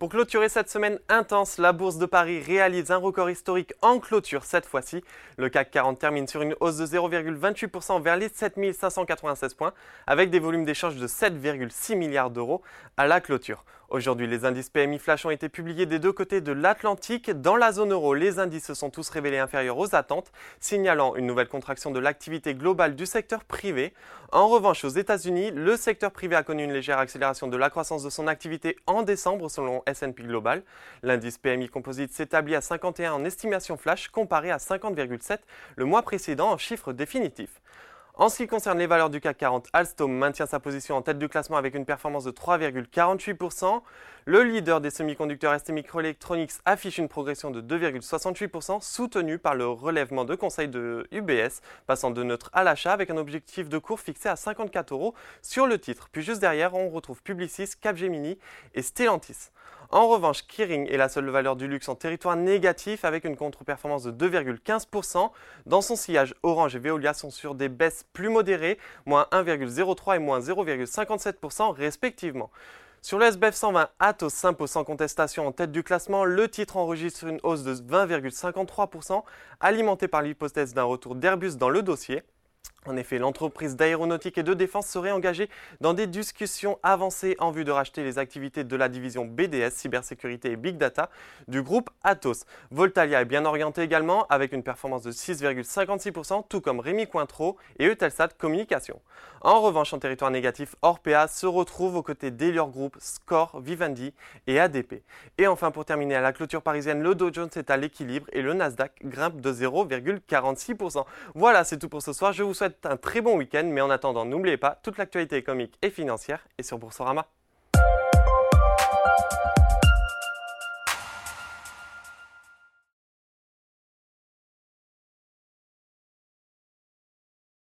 Pour clôturer cette semaine intense, la Bourse de Paris réalise un record historique en clôture cette fois-ci. Le CAC 40 termine sur une hausse de 0,28% vers les 7 596 points, avec des volumes d'échange de 7,6 milliards d'euros à la clôture. Aujourd'hui, les indices PMI Flash ont été publiés des deux côtés de l'Atlantique. Dans la zone euro, les indices se sont tous révélés inférieurs aux attentes, signalant une nouvelle contraction de l'activité globale du secteur privé. En revanche, aux États-Unis, le secteur privé a connu une légère accélération de la croissance de son activité en décembre selon S&P Global. L'indice PMI Composite s'établit à 51 en estimation flash comparé à 50,7 le mois précédent en chiffres définitifs. En ce qui concerne les valeurs du CAC 40, Alstom maintient sa position en tête du classement avec une performance de 3,48%. Le leader des semi-conducteurs STMicroelectronics affiche une progression de 2,68%, soutenue par le relèvement de conseil de UBS, passant de neutre à l'achat avec un objectif de cours fixé à 54 € sur le titre. Puis juste derrière, on retrouve Publicis, Capgemini et Stellantis. En revanche, Kering est la seule valeur du luxe en territoire négatif avec une contre-performance de 2,15%. Dans son sillage, Orange et Veolia sont sur des baisses plus modérées, moins 1,03 et moins 0,57% respectivement. Sur le SBF 120, Atos s'impose sans contestation en tête du classement. Le titre enregistre une hausse de 20,53%, alimentée par l'hypothèse d'un retour d'Airbus dans le dossier. En effet, l'entreprise d'aéronautique et de défense serait engagée dans des discussions avancées en vue de racheter les activités de la division BDS, cybersécurité et big data, du groupe Atos. Voltalia est bien orienté également, avec une performance de 6,56%, tout comme Rémi Cointreau et Eutelsat Communication. En revanche, en territoire négatif, Orpea se retrouve aux côtés d'Elior Group, Score, Vivendi et ADP. Et enfin, pour terminer à la clôture parisienne, le Dow Jones est à l'équilibre et le Nasdaq grimpe de 0,46%. Voilà, c'est tout pour ce soir. Je vous souhaite un très bon week-end, mais en attendant, n'oubliez pas, toute l'actualité économique et financière est sur Boursorama.